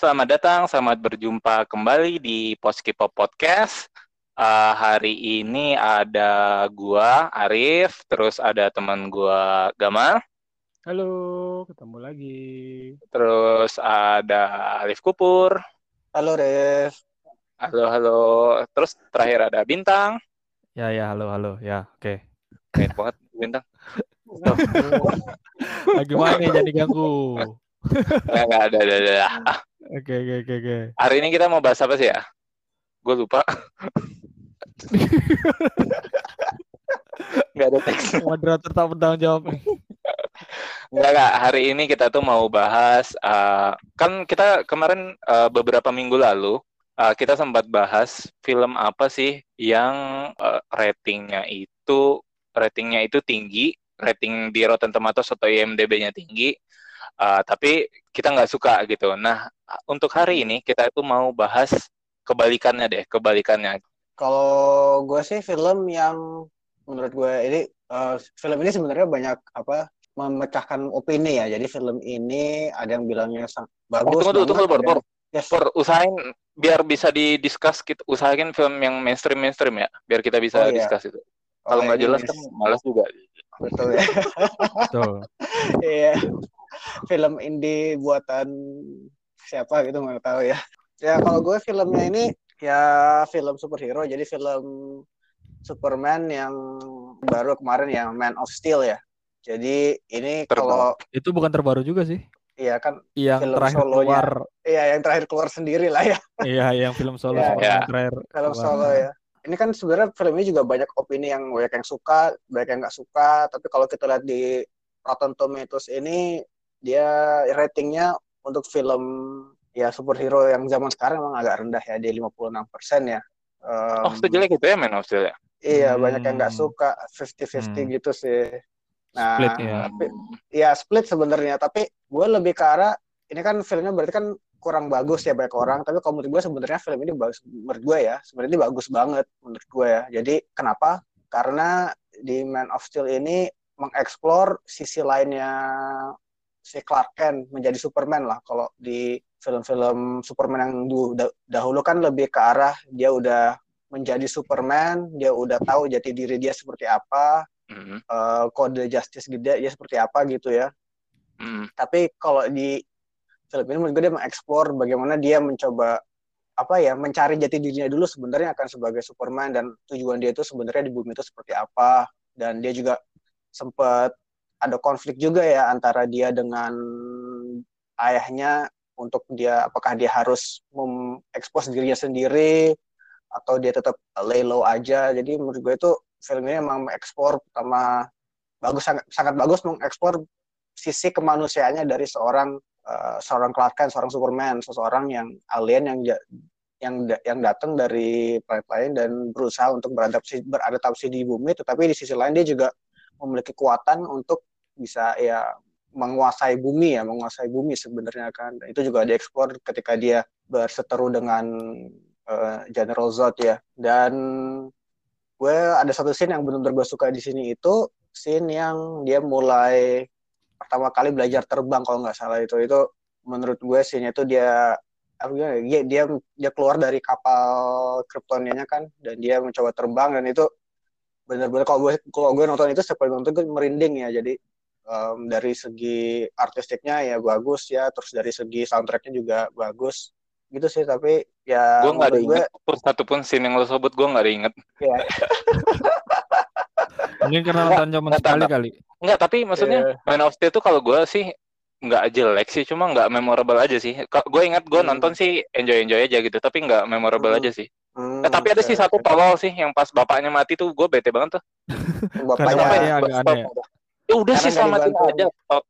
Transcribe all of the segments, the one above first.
selamat datang, selamat berjumpa kembali di Poskipop Podcast. Hari ini ada gua, Arif, terus ada teman gua, Gamal, Halo, ketemu lagi. terus ada Alif Kupur, Halo Ref. halo, terus terakhir ada Bintang. Ya, halo, ya, oke. Banyak banget Bintang. Gimana nih, jangan diganggu. Nggak ada. Oke. Hari ini kita mau bahas apa sih ya? Gue lupa. Nggak ada teks. Moderator tak bertanggung jawab. Enggak. Hari ini kita tuh mau bahas, kan kita kemarin beberapa minggu lalu, kita sempat bahas film apa sih yang ratingnya itu tinggi, rating di Rotten Tomatoes atau IMDb-nya tinggi, tapi kita nggak suka gitu. Nah, untuk hari ini kita itu mau bahas kebalikannya. Kalau gue sih film yang menurut gue ini film ini sebenarnya banyak memecahkan opini ya. Jadi film ini ada yang bilangnya bagus Tunggu, banget. Yes. Usahain biar bisa didiskus, kita usahain film yang mainstream ya, biar kita bisa discuss itu. Kalau nggak jelas kan malas juga. Betul ya. Betul. Iya. Film indie buatan siapa gitu nggak tahu ya. Ya kalau gue filmnya ini ya film superhero, jadi film Superman yang baru kemarin yang Man of Steel ya. Jadi ini kalau itu bukan terbaru juga sih. Iya kan, yang terakhir solonya keluar. Iya, yang terakhir keluar sendiri lah ya. Iya, yang film solo yang terakhir. Film solo ya. Ini kan sebenarnya film ini juga banyak opini yang banyak yang suka, banyak yang nggak suka. Tapi kalau kita lihat di Rotten Tomatoes ini, dia ratingnya untuk film ya superhero yang zaman sekarang memang agak rendah ya, di 56% ya. Sejelek gitu ya Man of Steel ya? Iya, banyak yang nggak suka, 50-50 gitu sih. Nah, split ya. Tapi, ya split sebenarnya, tapi gue lebih ke arah ini kan filmnya berarti kan kurang bagus ya banyak orang, tapi kalau menurut gue sebenarnya film ini bagus, menurut gue ya sebenarnya ini bagus banget menurut gue ya. Jadi kenapa? Karena di Man of Steel ini mengeksplor sisi lainnya si Clark Kent menjadi Superman lah. Kalau di film-film Superman yang dahulu kan lebih ke arah dia udah menjadi Superman, dia udah tahu jati diri dia seperti apa. Kode justice gede ya seperti apa gitu ya. Tapi kalau di film ini menurut gue dia mengeksplor bagaimana dia mencoba mencari jati dirinya dulu sebenarnya akan sebagai Superman, dan tujuan dia itu sebenarnya di bumi itu seperti apa. Dan dia juga sempat ada konflik juga ya antara dia dengan ayahnya, untuk dia apakah dia harus mengekspos dirinya sendiri atau dia tetap lay low aja. Jadi menurut gue itu film ini memang mengekspor, pertama bagus, sangat bagus mengekspor sisi kemanusiaannya dari seorang Clark Kent, seorang Superman, seseorang yang alien yang datang dari planet lain dan berusaha untuk beradaptasi di bumi, tetapi di sisi lain dia juga memiliki kekuatan untuk bisa ya menguasai bumi sebenarnya kan. Itu juga dieksplor ketika dia berseteru dengan General Zod ya. Dan gue ada satu scene yang benar-benar gue suka di sini, itu scene yang dia mulai pertama kali belajar terbang kalau nggak salah. Itu menurut gue scene itu dia keluar dari kapal Kryptonianya kan, dan dia mencoba terbang, dan itu benar-benar kalau gue nonton itu setiap kali nonton gue merinding ya. Jadi dari segi artistiknya ya bagus ya, terus dari segi soundtracknya juga bagus gitu sih. Tapi ya gue nggak ada inget satupun scene yang lo sebut, gue nggak ada inget. Ya. Mungkin karena nonton cuma sekali kali. Enggak, tapi maksudnya Man of Steel itu kalau gue sih nggak jelek sih, cuma nggak memorable aja sih. Gue ingat gue nonton sih enjoy aja gitu, tapi nggak memorable aja sih. Tapi ada sih satu tolol sih, yang pas bapaknya mati tuh gue bete banget tuh. Bapaknya agak aneh ya. Ya udah sih, selamatin aja.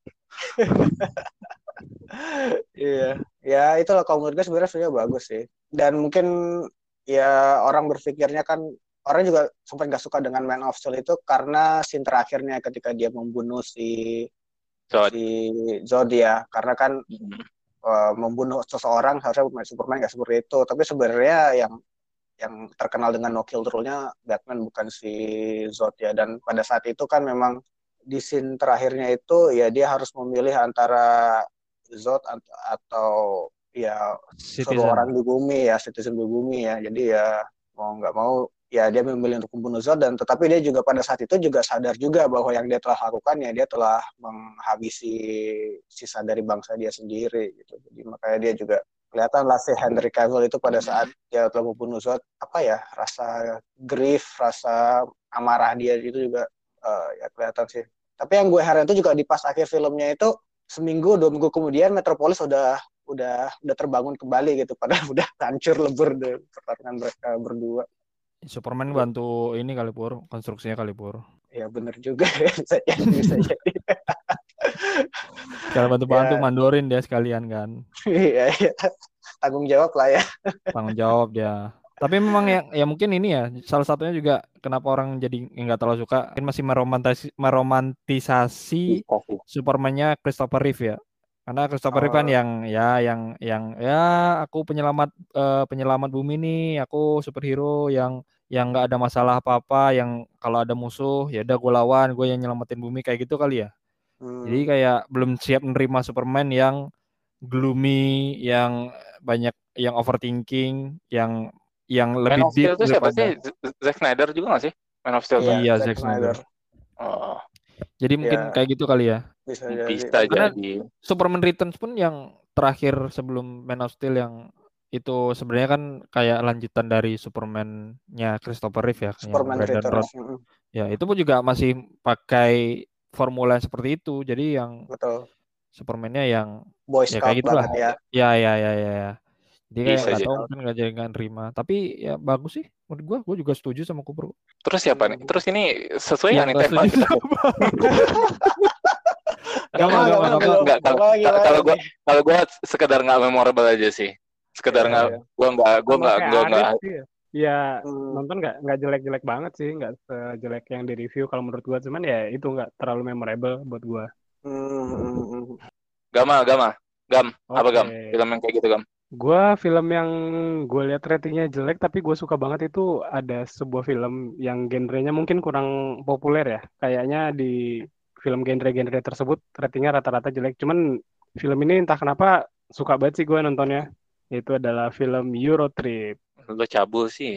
Iya, ya itulah kalau menurut gue sebenarnya bagus sih. Dan mungkin ya orang berpikirnya kan, orang juga sempat gak suka dengan Man of Steel itu karena scene terakhirnya ketika dia membunuh si Zod ya. Karena kan membunuh seseorang harusnya Superman gak seperti itu. Tapi sebenarnya yang terkenal dengan no kill rule-nya Batman, bukan si Zod ya. Dan pada saat itu kan memang di scene terakhirnya itu ya dia harus memilih antara Zod atau ya Citizen. seluruh orang di bumi ya, citizen di bumi ya. Jadi ya mau nggak mau ya dia memilih untuk membunuh Zod, dan tetapi dia juga pada saat itu juga sadar juga bahwa yang dia telah lakukan ya dia telah menghabisi sisa dari bangsa dia sendiri gitu. Jadi makanya dia juga kelihatan lah si Henry Cavill itu pada saat dia telah membunuh Zod, apa ya, rasa grief, rasa amarah dia itu juga ya kelihatan sih. Tapi yang gue heran itu juga di pas akhir filmnya itu seminggu 2 minggu kemudian Metropolis udah terbangun kembali gitu, padahal udah hancur lebur deh pertarungan mereka berdua. Superman bantu ini kali Pur, konstruksinya kali Pur. Ya bener juga bisa jadi. Kalau bantu-bantu mandorin dia sekalian kan. Iya, tanggung jawab lah ya. Tanggung jawab dia. Tapi memang ya mungkin ini ya salah satunya juga kenapa orang jadi nggak terlalu suka, masih meromantisasi Superman-nya Christopher Reeve ya. Karena Christopher Reeve kan yang aku penyelamat bumi nih, aku superhero yang nggak ada masalah apa-apa, yang kalau ada musuh ya udah gue lawan, gue yang nyelamatin bumi kayak gitu kali ya. Jadi kayak belum siap menerima Superman yang gloomy, yang banyak yang overthinking, yang lebih Man of Steel deep itu siapa daripada sih? Zack Snyder juga nggak sih? Man of Steel. Iya, Zack Zack Snyder. Oh, Jadi mungkin kayak gitu kali ya. bisa jadi. Superman Returns pun yang terakhir sebelum Man of Steel yang itu sebenarnya kan kayak lanjutan dari Superman-nya Christopher Reeve ya, Superman yang Brandon Routh. Ya, itu pun juga masih pakai formula seperti itu. Jadi yang betul. Superman-nya yang Boy Scout kayak gitulah. Ya. Ya. Jadi kayak nggak tahu mungkin nggak jadi nggak nerima. Tapi ya bagus sih menurut gue juga setuju sama Cooper. Terus siapa nih? Terus ini sesuai yang nggak nih tema kita? Kalau gue sekedar nggak memorable aja sih. Sekedar nggak, gue nggak. Ya nonton nggak jelek-jelek banget sih, nggak sejelek yang di review kalau menurut gue, cuman ya itu nggak terlalu memorable buat gue. Gam, apa Gam? Film yang kayak gitu Gam? Gue film yang gue lihat ratingnya jelek tapi gue suka banget itu ada sebuah film yang genrenya mungkin kurang populer ya. Kayaknya di film genre-genre tersebut ratingnya rata-rata jelek. Cuman film ini entah kenapa suka banget sih gue nontonnya. Itu adalah film Euro Trip. Lo cabul sih.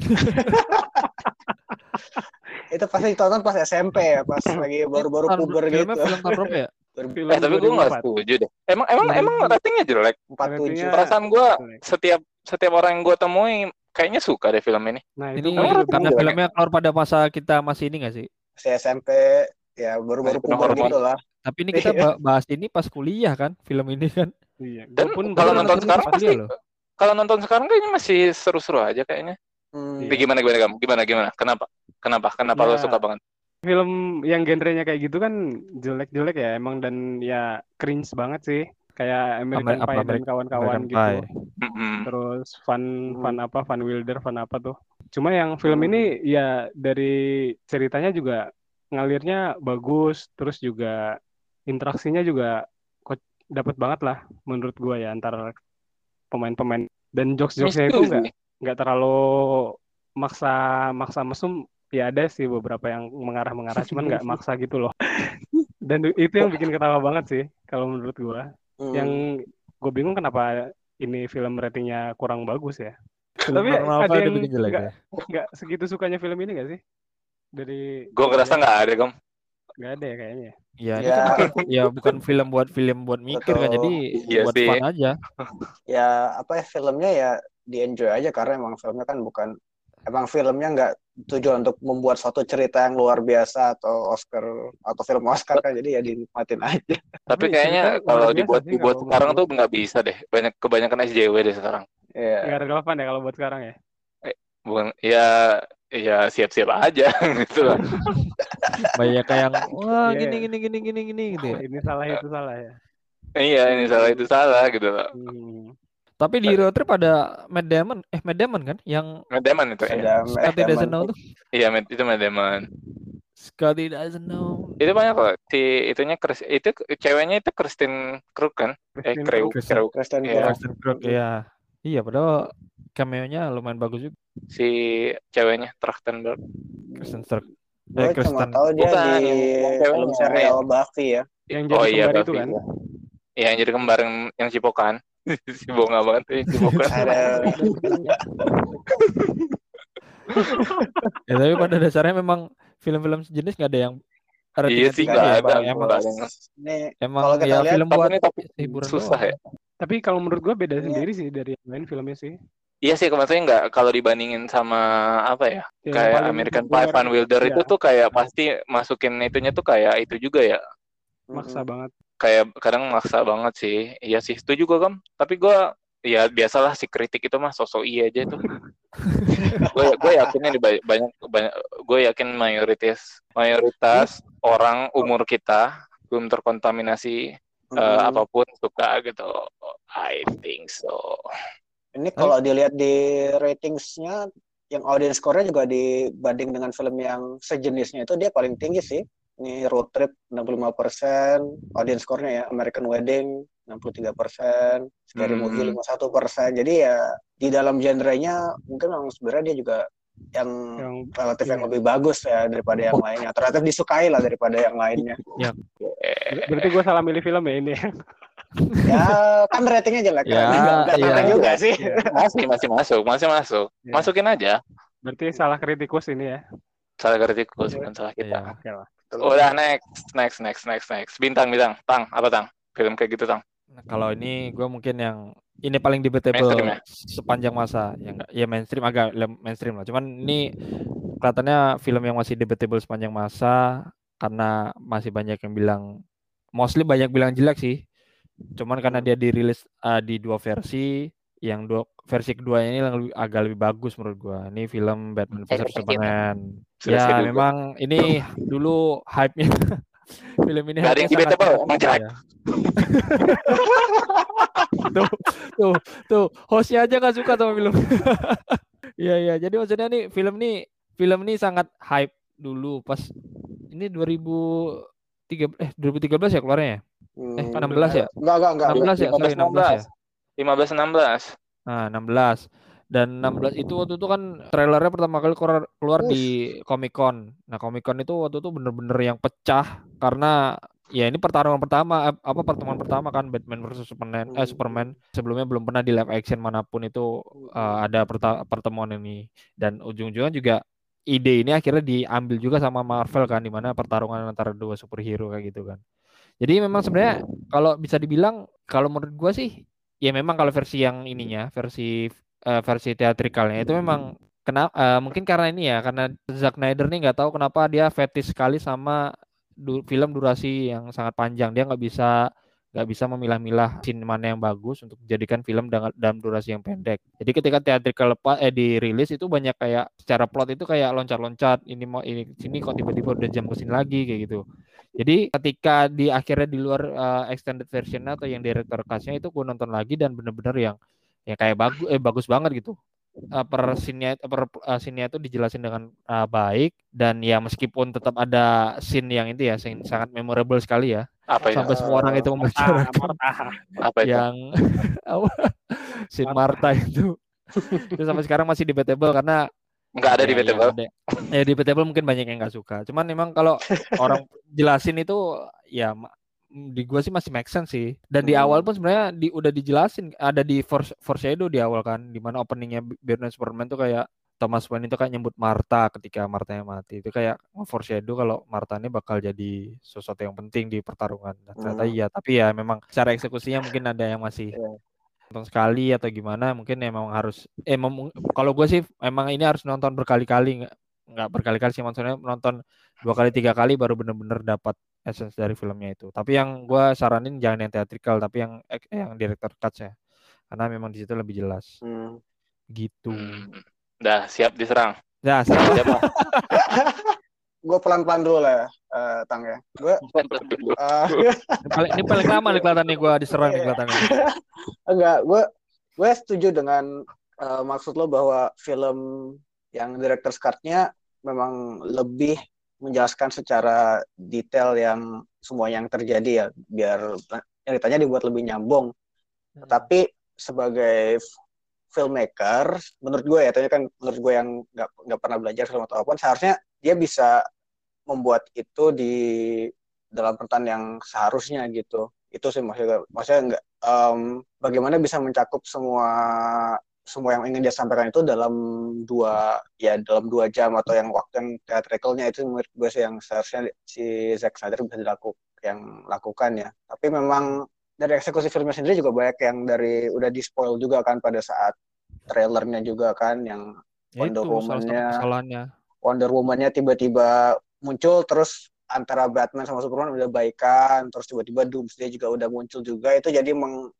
Itu pasti ditonton pas SMP ya, pas lagi baru-baru puber gitu. Film tahun berapa ya? Tapi gue nggak setuju deh. Emang ratingnya jelek. 47. Perasaan gue setiap orang yang gue temui kayaknya suka deh film ini. Nah, ini karena filmnya keluar pada masa kita masih ini nggak sih? Si SMP ya baru-baru puber gitu lah. Tapi ini kita bahas ini pas kuliah kan, film ini kan. Iya. Dan kalau nonton sekarang pasti kalau nonton sekarang kayaknya masih seru-seru aja kayaknya. Gimana Gam? Kenapa lo suka banget? Film yang genrenya kayak gitu kan jelek-jelek ya emang, dan ya cringe banget sih. Kayak American Pie dan kawan-kawan gitu. Terus Van Wilder, apa tuh. Cuma yang film ini ya dari ceritanya juga ngalirnya bagus, terus juga interaksinya juga dapat banget lah menurut gue ya antara pemain-pemain, dan jokes-jokesnya itu nggak terlalu maksa mesum. Ya ada sih beberapa yang mengarah cuman nggak maksa gitu loh. Dan itu yang bikin ketawa banget sih kalau menurut gue. Yang gue bingung kenapa ini film ratingnya kurang bagus ya. Tapi ada yang nggak segitu sukanya film ini nggak sih? Dari gue ngerasa nggak ada Gam. Nggak ada ya kayaknya. Ya, ini kan ya bukan film buat mikir kan, jadi buat fun aja. Ya filmnya ya di-enjoy aja karena emang filmnya kan emang filmnya nggak tujuan untuk membuat suatu cerita yang luar biasa atau film Oscar kan, jadi ya dinikmatin aja. Tapi kayaknya kalau dibuat sekarang tuh nggak bisa deh, kebanyakan SJW deh sekarang. Nggak relevan ya kalau buat sekarang ya. Bukan, ya siap-siap aja gitu lah. Banyak kayak gini gitu ya. Ini salah itu salah ya. Iya, ini salah itu salah gitu loh. Tapi di Euro Trip ada Matt Damon kan yang Matt Damon itu ya. Scotty Doesn't Know tuh. Iya, itu Matt Damon. Scotty Doesn't Know. Itu banyak kok. Itu ceweknya itu Kristen Krug kan? Kristen Krug ya. Iya, padahal cameo-nya lumayan bagus juga. Si ceweknya Trachtenberg. Kristen Krug. Gue cuma tahu dia di film serial Buffy ya. Yang jadi kembar itu kan? Iya, yang jadi kembar yang cipokan. Si Bonga banget nih, si Bonga. Ada. Ya tapi pada dasarnya memang film-film sejenis nggak ada yang Iya sih, tinggi nggak ya. ada. Emang Ini emang kalau kita ya lihat film Tapi buat ini tapi hiburan susah doang. ya. Tapi kalau menurut gue beda Ini- sendiri sih dari yang lain filmnya sih. Iya sih, maksudnya nggak kalau dibandingin sama apa ya, Ya, yang kayak paling American Pie, populer, Van Wilder ya, itu tuh kayak pasti masukin itunya tuh kayak itu juga ya. maksa banget. Kayak kadang maksa banget sih. Iya sih, itu juga kan. Tapi gue ya biasalah si kritik itu mah sosok iya aja tuh. Gue yakinnya di banyak gue yakin mayoritas orang umur kita belum terkontaminasi apapun suka gitu. I think so. Ini kalau dilihat di ratingsnya, yang audience score-nya juga dibanding dengan film yang sejenisnya itu dia paling tinggi sih. Ini Road Trip 65%, audience score-nya ya, American Wedding 63%, Scary Movie 51%. Jadi ya di dalam genre-nya mungkin memang sebenarnya dia juga yang relatif yang lebih bagus ya daripada yang lainnya. Atau relatif disukai lah daripada yang lainnya. Ya. Berarti gue salah milih film ya ini. Ya kan ratingnya jelek kan. Ya, Nggak juga sih. Masih masuk. Ya. Masukin aja. Berarti salah kritikus ini ya. Salah kritikus, bukan salah kita. Oke lah. Udah next. Bintang. Tang, apa Tang? Film kayak gitu Tang. Nah, kalau ini gue mungkin yang ini paling debatable Mainstream ya? sepanjang masa. Ya mainstream, agak mainstream lah. Cuman ini kelihatannya film yang masih debatable sepanjang masa karena masih banyak yang bilang, mostly banyak bilang jelek sih. Cuman karena dia dirilis di dua versi, yang versi keduanya ini agak lebih bagus menurut gua. Ini film Batman vs Superman. Ya memang ini dulu hype-nya film ini gak ada yang debatable, emang jelek. Tuh, hostnya aja nggak suka sama film. Iya. Jadi maksudnya nih film ini sangat hype dulu pas ini 2013 ya keluarnya ya? 16 ya? Enggak. 16 ya? Sorry, 16 ya? 15-16. Nah, 16. Dan 16 itu waktu itu kan trailernya pertama kali keluar di Comic Con. Nah, Comic Con itu waktu itu bener-bener yang pecah karena ya ini pertemuan pertama kan Batman versus Superman. Sebelumnya belum pernah di live action manapun itu ada pertemuan ini. Dan ujung-ujungnya juga ide ini akhirnya diambil juga sama Marvel kan, di mana pertarungan antara dua superhero kayak gitu kan. Jadi memang sebenarnya kalau bisa dibilang, kalau menurut gue sih ya memang kalau versi yang ininya, versi teatrikalnya itu memang mungkin karena ini ya, karena Zack Snyder nih nggak tahu kenapa dia fetish sekali sama film durasi yang sangat panjang. Dia nggak bisa memilah-milah scene mana yang bagus untuk dijadikan film dalam durasi yang pendek. Jadi ketika teatrikal dirilis itu banyak kayak secara plot itu kayak loncat-loncat, ini sini kok tiba-tiba udah jam kesini lagi kayak gitu. Jadi ketika di akhirnya di luar extended version atau yang director cut-nya itu gue nonton lagi dan bener-bener yang kayak bagus banget gitu. Per scene-nya itu dijelasin dengan baik, dan ya meskipun tetap ada scene yang itu ya, scene sangat memorable sekali ya. Apa sampai semua orang itu membicarakan apa itu? Yang scene Martha itu sampai sekarang masih debatable karena nggak ada debatable. Ya debatable mungkin banyak yang nggak suka. Cuman memang kalau orang jelasin itu ya di gua sih masih make sense sih. Dan di awal pun sebenarnya udah dijelasin, ada di foreshadow di awal kan, di mana openingnya Batman Superman tuh kayak Thomas Wayne itu kayak nyebut Martha ketika Martha-nya mati. Itu kayak foreshadow kalau Martha ini bakal jadi sesuatu yang penting di pertarungan. Nah, ternyata iya, tapi ya memang secara eksekusinya mungkin ada yang masih nonton sekali atau gimana, mungkin emang harus kalau gue sih emang ini harus nonton berkali-kali, nggak berkali-kali sih, maksudnya nonton 2 kali 3 kali baru bener-bener dapat essence dari filmnya itu. Tapi yang gue saranin jangan yang theatrical, tapi yang director cut ya, karena memang di situ lebih jelas. Gitu. Udah siap diserang. Ya, serang. Gue pelan-pelan dulu lah, Tang ya. Gue ini paling lama nih kelihatannya gue diserang nih kelihatannya. Enggak, gue setuju dengan maksud lo bahwa film yang director's cut-nya memang lebih menjelaskan secara detail yang semua yang terjadi ya, biar ceritanya dibuat lebih nyambung. Tapi sebagai filmmaker, menurut gue ya, tapi kan menurut gue yang nggak pernah belajar film atau apapun, seharusnya dia bisa membuat itu di dalam rentan yang seharusnya gitu. Itu sih maksudnya nggak bagaimana bisa mencakup semua yang ingin dia sampaikan itu dalam 2 jam atau yang waktu yang theatricalnya itu menurut gue sih yang seharusnya si Zack Snyder bisa lakukan ya. Tapi memang dari eksekusi filmnya sendiri juga banyak yang udah di spoil juga kan pada saat trailernya juga kan, yang Ya itu salah satu kesalahannya. Wonder Woman-nya tiba-tiba muncul, terus antara Batman sama Superman udah baikan, terus tiba-tiba Doomsday juga udah muncul juga. Itu jadi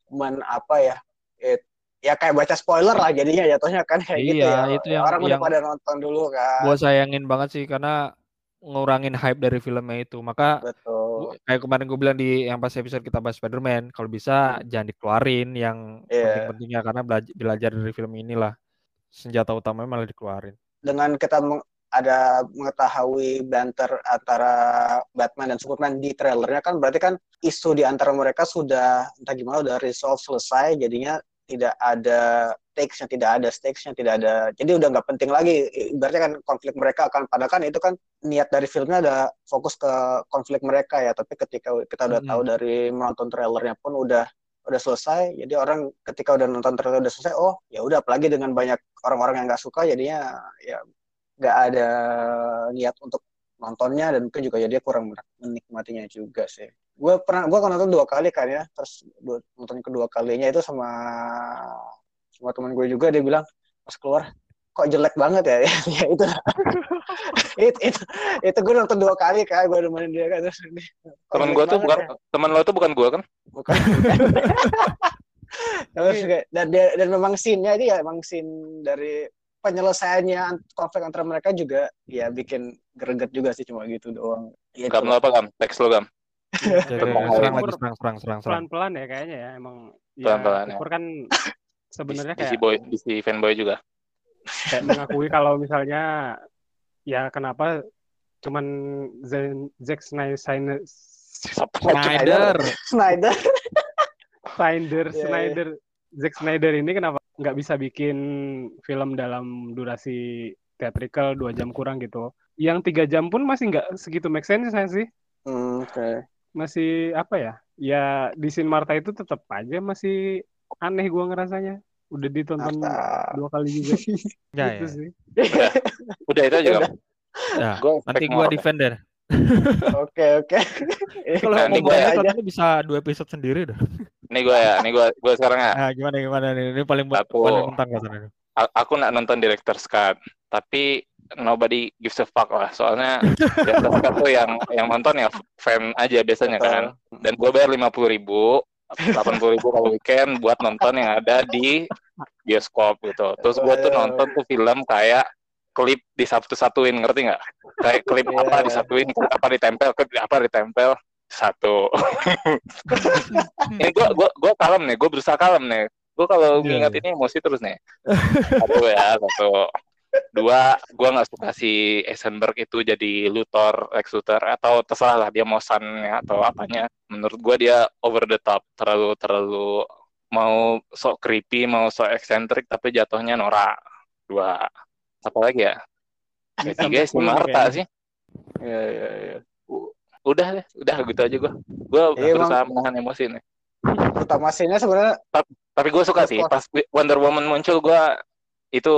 ya kayak baca spoiler lah jadinya jatuhnya kan kayak gitu ya. Itu yang Orang udah pada nonton dulu kan. Gue sayangin banget sih karena ngurangin hype dari filmnya itu. Maka betul. Kayak kemarin gue bilang di yang pas episode kita bahas Spider-Man, kalau bisa jangan dikeluarin yang penting-pentingnya, karena belajar dari film inilah senjata utamanya malah dikeluarin. Dengan kita ada mengetahui banter antara Batman dan Superman di trailernya kan, berarti kan isu di antara mereka sudah entah gimana udah resolve, selesai, jadinya tidak ada stakes-nya, tidak ada, jadi udah nggak penting lagi. Berarti kan konflik mereka akan, padahal kan itu kan niat dari filmnya ada fokus ke konflik mereka ya, tapi ketika kita udah tahu dari menonton trailernya pun udah selesai, jadi orang ketika udah nonton trailer udah selesai, oh ya udah, apalagi dengan banyak orang-orang yang nggak suka, jadinya ya nggak ada niat untuk nontonnya, dan mungkin juga jadi kurang menikmatinya juga sih. Gue nonton 2 kali kan ya, terus nonton kedua kalinya itu sama teman gue juga, dia bilang pas keluar kok jelek banget ya. Ya itu gue nonton 2 kali kan, gue nemenin dia kan, terus teman lo tuh bukan gue kan? Bukan. dan memang scene-nya itu ya emang scene dari penyelesaiannya konflik antara mereka juga ya bikin greget juga sih, cuma gitu doang. Gam lo apa Gam? Teks lo Gam? serang. Pelan-pelan ya kayaknya ya, emang pelan-pelan ya. Kan sebenarnya kayak DC fanboy juga. Kayak mengakui kalau misalnya ya kenapa cuman Zack Snyder Zack Snyder ini kenapa nggak bisa bikin film dalam durasi theatrical 2 jam kurang gitu. Yang 3 jam pun masih nggak segitu make sense sih. Okay. Masih apa ya? Ya di scene Martha itu tetap aja masih aneh gue ngerasanya. Udah ditonton 2 kali juga. Gitu sih. Udah itu aja kan. Ya, nanti gue defender. Oke. Kalau ngomongnya bisa 2 episode sendiri dah. Nih gue sekarang ya. Nah, gimana nih? Ini paling mentang katanya. Aku nak nonton Director's Cut, tapi nobody gives a fuck lah. Soalnya Director's Cut tuh yang nonton ya fan aja biasanya kan. Dan gue bayar 50.000, 80.000 kalau weekend buat nonton yang ada di bioskop gitu. Terus gue tuh nonton tuh film kayak klip disatu-satuin, ngerti nggak? Kayak klip apa disatuin, apa ditempel satu. Ini gue kalem nih, gue berusaha kalem nih. Gue kalau ngingat ini emosi terus nih. Satu. 2, gue nggak suka si Eisenberg itu jadi Lex Luthor, atau terserah lah dia mosannya atau apanya. Menurut gue dia over the top, terlalu mau sok creepy, mau sok eksentrik, tapi jatuhnya norak. 2. Apa lagi ya? 3 si Martha sih. Ya. Udah gitu aja gue. Gue berusaha menahan emosi nih. Utamasinya sebenarnya. Tapi gue suka sih pas Wonder Woman muncul, gue itu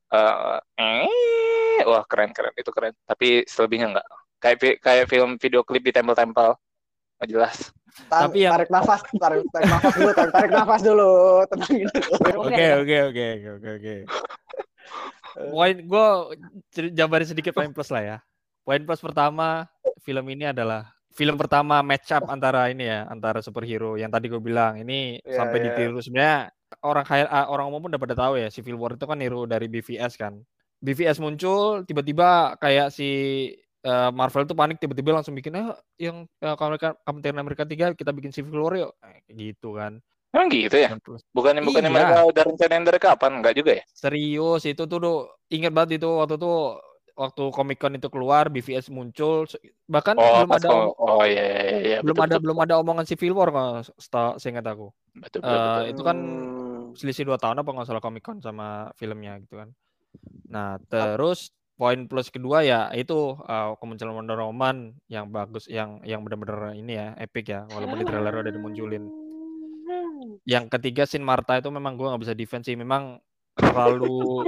wah keren itu keren. Tapi selebihnya enggak. Kayak film video klip di tempel-tempel. Nggak jelas. Tapi tarik nafas dulu, tenangin dulu. Oke. Poin gue jabarin sedikit poin plus lah ya. Poin plus pertama, film ini adalah film pertama match up antara superhero yang tadi gue bilang. Ini sampai ditiru sebenarnya orang umum udah pada tahu ya, Civil War itu kan niru dari BVS kan. BVS muncul tiba-tiba kayak si Marvel tuh panik, tiba-tiba langsung bikin yang Captain America 3 kita bikin Civil War yuk. Gitu kan. Emang gitu ya? Bukannya mereka udah rencanain dari kapan? Enggak juga ya? Serius, itu tuh ingat banget itu waktu Comic Con itu keluar, BVS muncul, bahkan belum ada omongan Civil War kalau seingat aku. Betul. Itu kan selisih 2 tahun apa nggak salah Comic Con sama filmnya gitu kan. Nah terus poin plus kedua ya itu kemunculan Wonder Woman yang bagus, yang benar-benar ini ya epic ya, walaupun di trailer udah dimunculin. Yang ketiga scene Martha itu memang gue nggak bisa defense sih, memang terlalu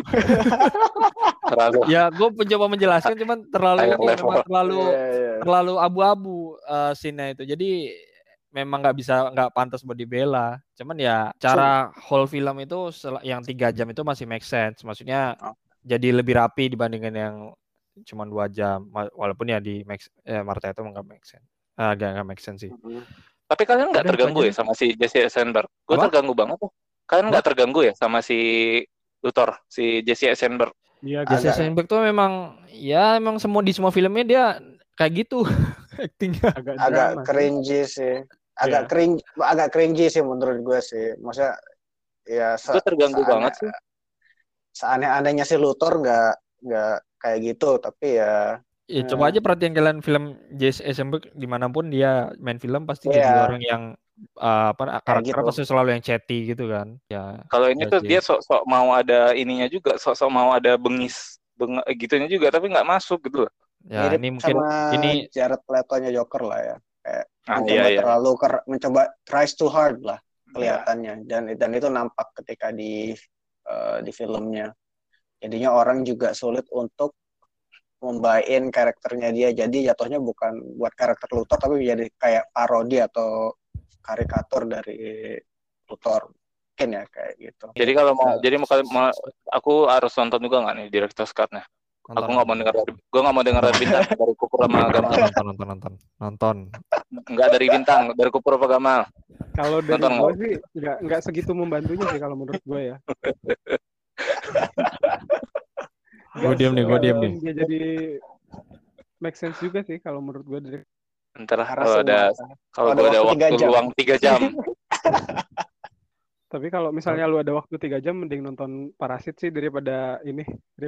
ya gue mencoba menjelaskan cuman terlalu abu-abu scene-nya itu, jadi memang nggak pantas buat dibela. Cuman ya cara whole film itu yang 3 jam itu masih make sense, maksudnya jadi lebih rapi dibandingkan yang cuma 2 jam, walaupun ya di Martha itu nggak make sense, nggak make sense sih. Tapi kalian nggak terganggu ya sama si Jesse Eisenberg? Gue terganggu banget tuh. Kalian nggak terganggu ya sama si Luthor, si Jesse Eisenberg? Iya, Jesse Eisenberg tuh memang semua di semua filmnya dia kayak gitu. Actingnya agak cringy sih. Agak cringy sih menurut gue sih. Maksudnya ya gue terganggu banget sih. Seaneh-anehnya si Luthor nggak kayak gitu, tapi ya coba aja perhatiin kalian film Jesse Eisenberg dimanapun dia main film pasti jadi orang yang karakter pasti selalu yang chatty gitu kan ya. Kalau ini tuh dia sok-sok mau ada ininya juga, sok-sok mau ada bengis gitunya juga, tapi nggak masuk gitu loh. Ya ini mungkin ini Jared Leto-nya Joker lah ya, kayak mencoba tries too hard lah kelihatannya, dan itu nampak ketika di filmnya. Jadinya orang juga sulit untuk membain karakternya dia, jadi jatuhnya bukan buat karakter Luthor tapi jadi kayak parodi atau karikatur dari Luthor mungkin ya kayak gitu. Jadi kalau mau aku harus nonton juga nggak nih Director's Cut-nya? Aku nggak mau dengar bintang dari Kupur sama Gamal. Nonton. Nggak dari bintang, dari Kupur sama Gamal. Kalau dari gue sih nggak segitu membantunya sih kalau menurut gue ya. Gue diam nih. Dia jadi make sense juga sih kalau menurut gue dari. Entar kalau ada waktu luang 3 jam. Tapi kalau misalnya lu ada waktu 3 jam mending nonton Parasit sih daripada ini.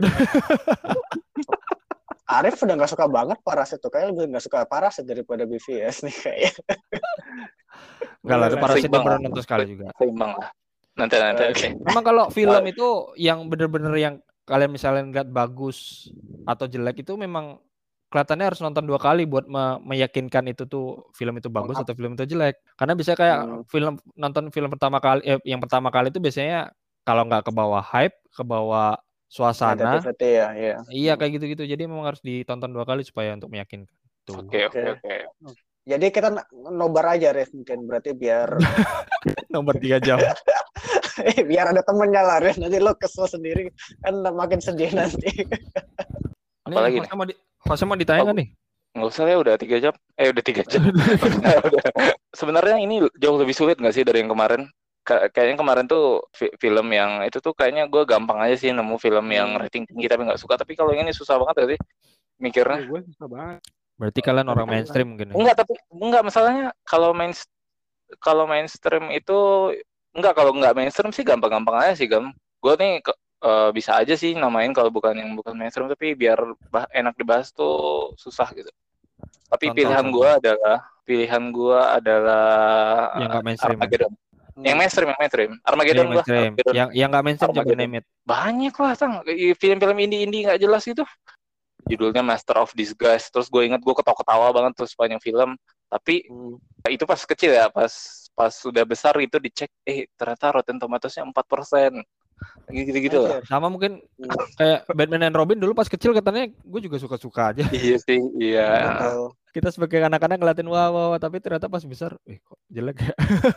Arif udah nggak suka banget Parasit tuh, kayak lebih nggak suka Parasit daripada BVS nih kayaknya. Enggak lah, Parasit dia pernah nonton sekali juga. Seimbang lah. Nanti. Okay. Memang kalau film itu yang bener-bener yang kalian misalnya lihat bagus atau jelek itu memang kelihatannya harus nonton 2 kali buat meyakinkan itu tuh film itu bagus atau film itu jelek. Karena bisa kayak nonton film pertama kali yang pertama kali itu biasanya kalau nggak ke bawah hype, ke bawah suasana. Iya kayak gitu-gitu. Jadi memang harus ditonton 2 kali supaya untuk meyakinkan. Oke. Jadi kita nobar aja Ref mungkin, berarti biar nobar 3 jam. Biar ada temennya lah Ref, nanti lo kesel sendiri kan makin sedih nanti. Apalagi Hostnya mau ditanya nggak nih? Nggak usah ya, udah 3 jam. Udah 3 jam. Sebenarnya ini jauh lebih sulit nggak sih dari yang kemarin? Kayaknya kemarin tuh film yang itu tuh kayaknya gue gampang aja sih nemu film yang rating tinggi tapi nggak suka. Tapi kalau yang ini susah banget gak sih mikirnya? Gue susah banget. Berarti kalian orang mainstream mungkin? Enggak, masalahnya kalau mainstream itu kalau nggak mainstream sih gampang-gampang aja sih Gue nih bisa aja sih namain kalau bukan mainstream, tapi biar enak dibahas tuh susah gitu. Tapi pilihan gue adalah yang nggak mainstream. Armageddon. Yang mainstream. Armageddon gue. Yang nggak mainstream coba name it. Banyak lah film-film indie nggak jelas gitu. Judulnya Master of Disguise. Terus gue ingat gue ketawa-ketawa banget terus sepanjang film. Tapi itu pas kecil ya, pas sudah besar itu dicek, ternyata Rotten Tomatoes-nya 4%. Gitu lah. Sama mungkin kayak Batman and Robin dulu pas kecil katanya gue juga suka-suka aja. Iya sih, iya. Kita sebagai anak-anak ngeliatin wah, tapi ternyata pas besar, kok jelek ya.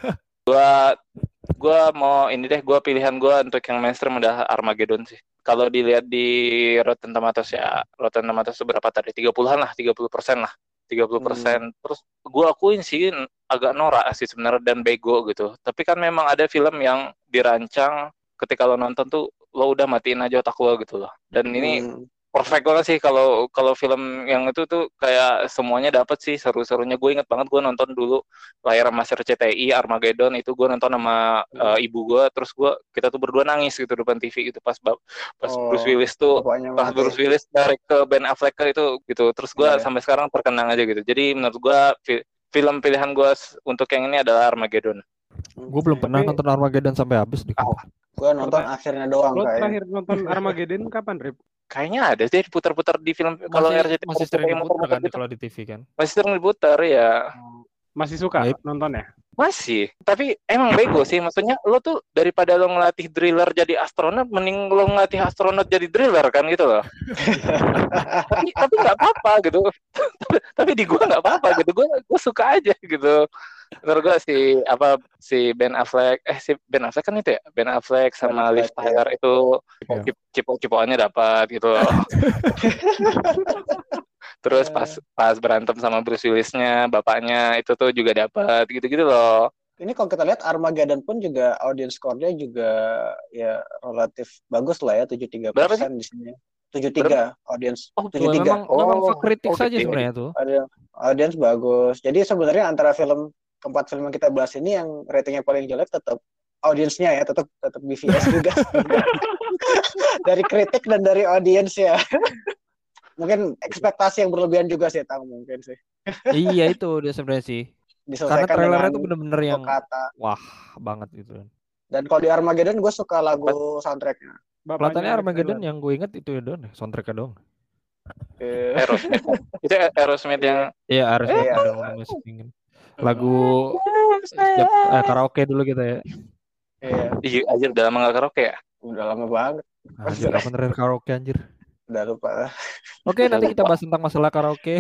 Gue pilihan gue untuk yang mainstream udah Armageddon sih. Kalau dilihat di Rotten Tomatoes ya, Rotten Tomatoes berapa tadi? 30-an lah, 30% lah. 30%. Terus gue akuin sih agak norak sih sebenarnya dan bego gitu. Tapi kan memang ada film yang dirancang ketika lo nonton tuh lo udah matiin aja otak lo gitu loh. Dan ini perfect banget sih kalau film yang itu tuh kayak semuanya dapat sih seru-serunya. Gue inget banget gue nonton dulu layar Master CTI Armageddon itu gue nonton sama ibu gue, terus kita tuh berdua nangis gitu depan TV gitu pas Bruce Willis tuh Bruce Willis dari ke Ben Affleck itu gitu. Terus gue sampai sekarang terkenang aja gitu. Jadi menurut gue film pilihan gue untuk yang ini adalah Armageddon. Gue belum pernah nonton Armageddon sampai habis di Gue nonton akhirnya doang. Lo terakhir nonton Armageddon kapan, Rip? Kayaknya ada sih diputar-putar di film kalau RCTI masih sering diputar kan gitu. Kalau di TV kan. Masih sering diputar ya. Masih suka nonton ya? Masih, tapi emang bego sih. Maksudnya lo tuh daripada lo ngelatih driller jadi astronot, mending lo ngelatih astronot jadi driller kan gitu loh. tapi nggak apa-apa gitu. tapi di gua nggak apa-apa gitu. Gua suka aja gitu. Menurut gua si Ben Affleck kan itu ya, Ben Affleck sama Liv Tyler itu cipok-cipokannya dapat gitu loh. Terus pas berantem sama Bruce Willis-nya, bapaknya itu tuh juga dapat gitu-gitu loh. Ini kalau kita lihat Armageddon pun juga audience score-nya juga ya relatif bagus lah ya, 73% di sini. 73 audience. 73. Memang kritik saja sebenarnya tuh. Audience bagus. Jadi sebenarnya antara keempat film yang kita bahas ini yang ratingnya paling jelek tetap audiensnya ya, tetap BVS juga. Dari kritik dan dari audience ya. Mungkin ekspektasi yang berlebihan juga sih, mungkin sih. Iya itu dia sebenarnya sih. Karena trailernya tuh bener-bener yang wah banget gitu. Dan kalau di Armageddon gue suka lagu soundtracknya. Kelihatannya Armageddon yang gue inget itu ya doang, soundtracknya doang. Aerosmith. Itu Aerosmith yang Aerosmith ada musik. Lagu karaoke dulu gitu ya. Iya, anjir udah lama nggak karaoke ya? Udah lama banget. Anjir, kapan terakhir karaoke anjir? Udah lupa lah. Oke, nanti kita bahas tentang masalah karaoke.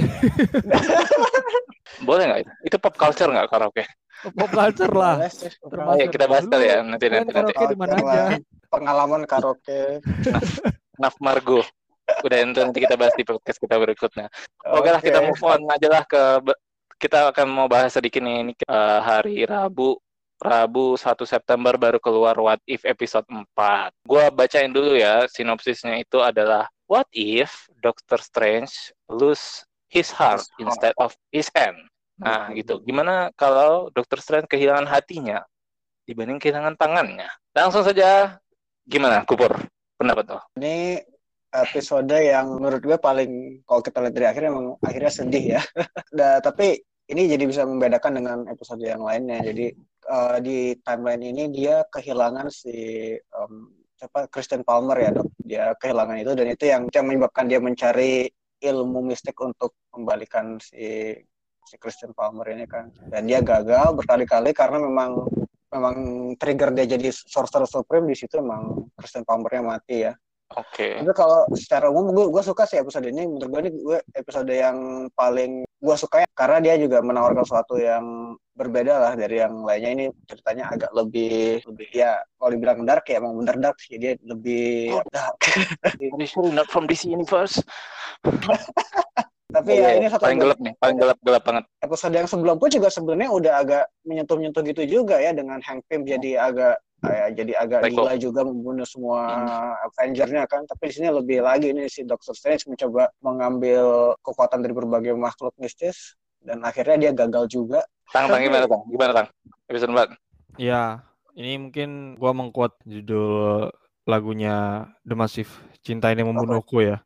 Boleh nggak? Itu pop culture nggak karaoke? Pop culture lah. Ayo kita bahas kali ya nanti. Karaoke di mana aja? Pengalaman karaoke. Naf Margo. Udah nanti kita bahas di podcast kita berikutnya. Oke lah, kita move on aja lah kita akan mau bahas sedikit nih hari Rabu 1 September baru keluar What If episode 4. Gua bacain dulu ya, sinopsisnya itu adalah What if Doctor Strange lose his heart instead of his hand? Nah, gitu. Gimana kalau Doctor Strange kehilangan hatinya dibanding kehilangan tangannya? Langsung saja, gimana, Kupur? Pendapat lo? Ini episode yang menurut gue paling, kalau kita lihat dari akhirnya, emang akhirnya sedih ya. Tapi ini jadi bisa membedakan dengan episode yang lainnya. Jadi di timeline ini dia kehilangan Christian Palmer ya, Dok. Dia kehilangan itu, dan itu yang menyebabkan dia mencari ilmu mistik untuk membalikan si Christian Palmer ini kan. Dan dia gagal berkali-kali karena memang trigger dia jadi Sorcerer Supreme di situ emang Christian Palmernya mati ya. Oke. Tapi kalau secara umum gue suka sih episode ini. Menurut gue episode yang paling gue suka ya, karena dia juga menawarkan sesuatu yang berbeda lah dari yang lainnya. Ini ceritanya agak lebih ya, kalau dibilang dark ya emang bener dark sih. Dia lebih dark. Not from this universe. Tapi ya ini satu paling gelap banget. Episode yang sebelum pun juga sebenarnya udah agak menyentuh gitu juga ya, dengan Hank Pym jadi agak gila juga membunuh semua Avenger-nya kan. Tapi di sini lebih lagi, ini si Doctor Strange mencoba mengambil kekuatan dari berbagai makhluk mistis dan akhirnya dia gagal juga. Gimana Tang? Episode 4. Ya, ini mungkin gua mengquote judul lagunya The Massive, Cinta Ini Membunuhku ya.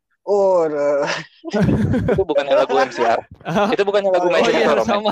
Itu bukannya lagu MCR. Itu bukannya lagu Magic Romance. Sama.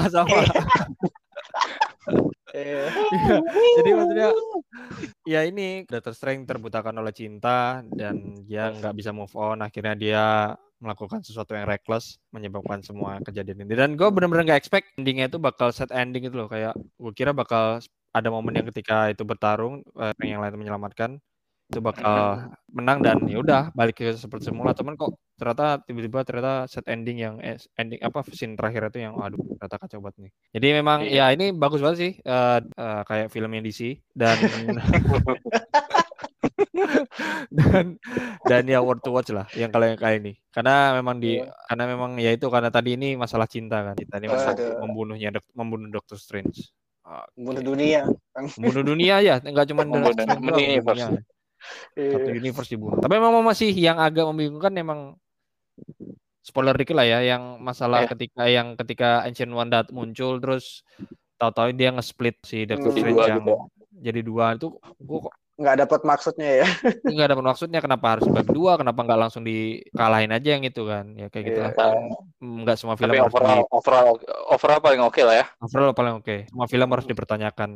Jadi maksudnya ya ini Doctor Strange terbutakan oleh cinta dan dia nggak bisa move on. Akhirnya dia melakukan sesuatu yang reckless, menyebabkan semua kejadian ini. Dan gue benar-benar nggak expect endingnya itu bakal set ending itu loh. Kayak gue kira bakal ada momen yang ketika itu bertarung, yang lain menyelamatkan, itu bakal menang dan ya udah balik ke seperti semula. Teman kok tiba-tiba set ending yang scene terakhir itu yang ternyata kacau banget nih. Jadi memang ya ini bagus banget sih, kayak filmnya DC dan dan ya worth to watch lah yang kayak ini. Karena memang ya itu karena tadi ini masalah cinta kan. Kita ini masalah membunuh Doctor Strange. Membunuh dunia. Membunuh dunia ya, enggak cuma dunia. Satu universe dibunuh. Tapi memang masih yang agak membingungkan memang spoiler dikit lah ya, yang masalah ketika Ancient One muncul terus tahu-tahu dia nge-split si Doctor Strange yang jadi dua itu gua kok nggak dapat maksudnya ya. Nggak dapat maksudnya, kenapa harus bagi dua, kenapa nggak langsung dikalahin aja yang itu kan, ya kayak gitu lah. Nggak semua film overall paling oke lah ya. Overall paling oke. Semua film harus dipertanyakan.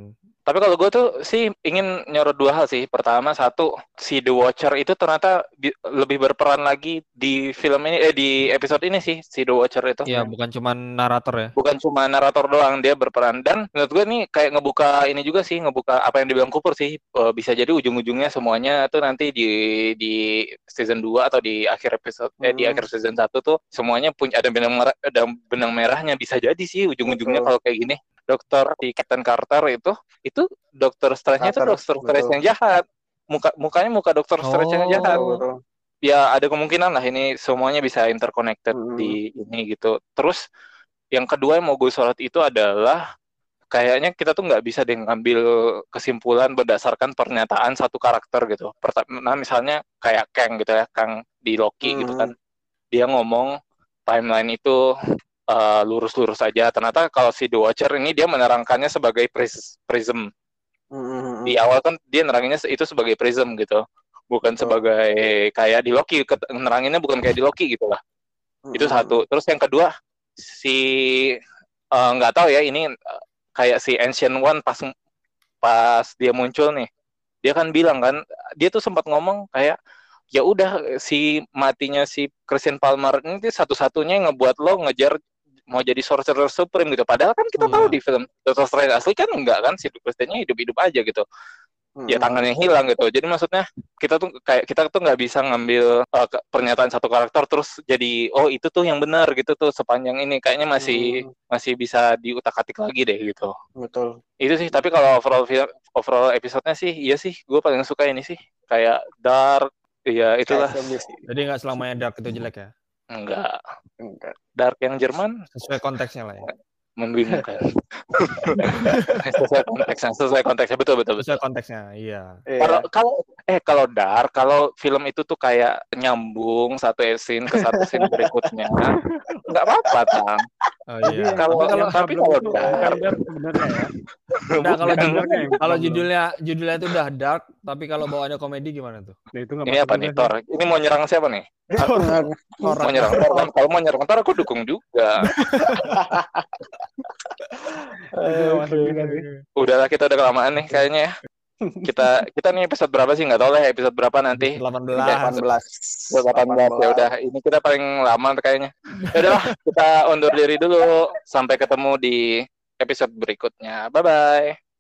Tapi kalau gue tuh sih ingin nyorot dua hal sih. Pertama, satu, si The Watcher itu ternyata lebih berperan lagi di film ini, di episode ini sih, si The Watcher itu. Iya, bukan cuma narator ya. Bukan cuma narator doang, dia berperan. Dan menurut gue nih kayak ngebuka ini juga sih, ngebuka apa yang dibilang Kupur sih. Bisa jadi ujung-ujungnya semuanya tuh nanti di season 2 atau di akhir episode, di akhir season 1 tuh semuanya punya ada benang merahnya. Bisa jadi sih ujung-ujungnya kalau kayak gini. Dokter di Captain Carter itu Dokter Strange-nya itu Dokter Strange yang jahat. Mukanya muka Dokter Strange yang jahat. Betul. Ya ada kemungkinan lah ini semuanya bisa interconnected di ini gitu. Terus yang kedua yang mau gue sorot itu adalah kayaknya kita tuh nggak bisa ngambil kesimpulan berdasarkan pernyataan satu karakter gitu. Nah misalnya kayak Kang gitu ya, Kang di Loki gitu kan. Dia ngomong timeline itu lurus-lurus aja. Ternyata kalau si The Watcher ini dia menerangkannya sebagai prism. Di awal kan dia neranginnya itu sebagai prism gitu, bukan sebagai kayak di Loki. Neranginnya bukan kayak di Loki gitu lah. Itu satu. Terus yang kedua si nggak tahu ya ini kayak si Ancient One pas dia muncul nih, dia kan bilang kan, dia tuh sempat ngomong kayak ya udah si matinya si Christian Palmer ini satu-satunya yang ngebuat lo ngejar mau jadi Sorcerer Supreme gitu. Padahal kan kita tahu di film Doctor Strange asli kan enggak kan, si Christian-nya hidup-hidup aja gitu. Ya tangannya hilang gitu. Jadi maksudnya kita tuh nggak bisa ngambil pernyataan satu karakter terus jadi itu tuh yang benar gitu tuh sepanjang ini. Kayaknya masih bisa diutak-atik lagi deh gitu. Betul. Itu sih. Tapi kalau overall episode-nya sih, iya sih gue paling suka ini sih. Kayak dark. Ya itulah. Jadi nggak selamanya dark itu jelek ya? Enggak. Dark yang Jerman sesuai konteksnya lah ya. Membingungkan. sesuai konteksnya betul. Sesuai konteksnya, iya. Kalau dark, kalau film itu tuh kayak nyambung satu scene ke satu scene berikutnya, nggak apa-apa Tang. Oh iya. Tapi kalau dark sebenarnya ya. Nah, kalau judulnya itu udah dark, tapi kalau bawaannya komedi gimana tuh? Nah, itu ini apa nih Thor? Ini mau nyerang siapa nih? Mau nyerang Thor kan? Kalau mau nyerang Thor aku dukung juga. Udahlah, kita udah kelamaan nih kayaknya ya. Kita nih episode berapa sih, nggak tahu lah episode berapa nanti. 18 ya udah, ini kita paling lama kayaknya. Ya udahlah, kita undur diri dulu, sampai ketemu di episode berikutnya. Bye bye.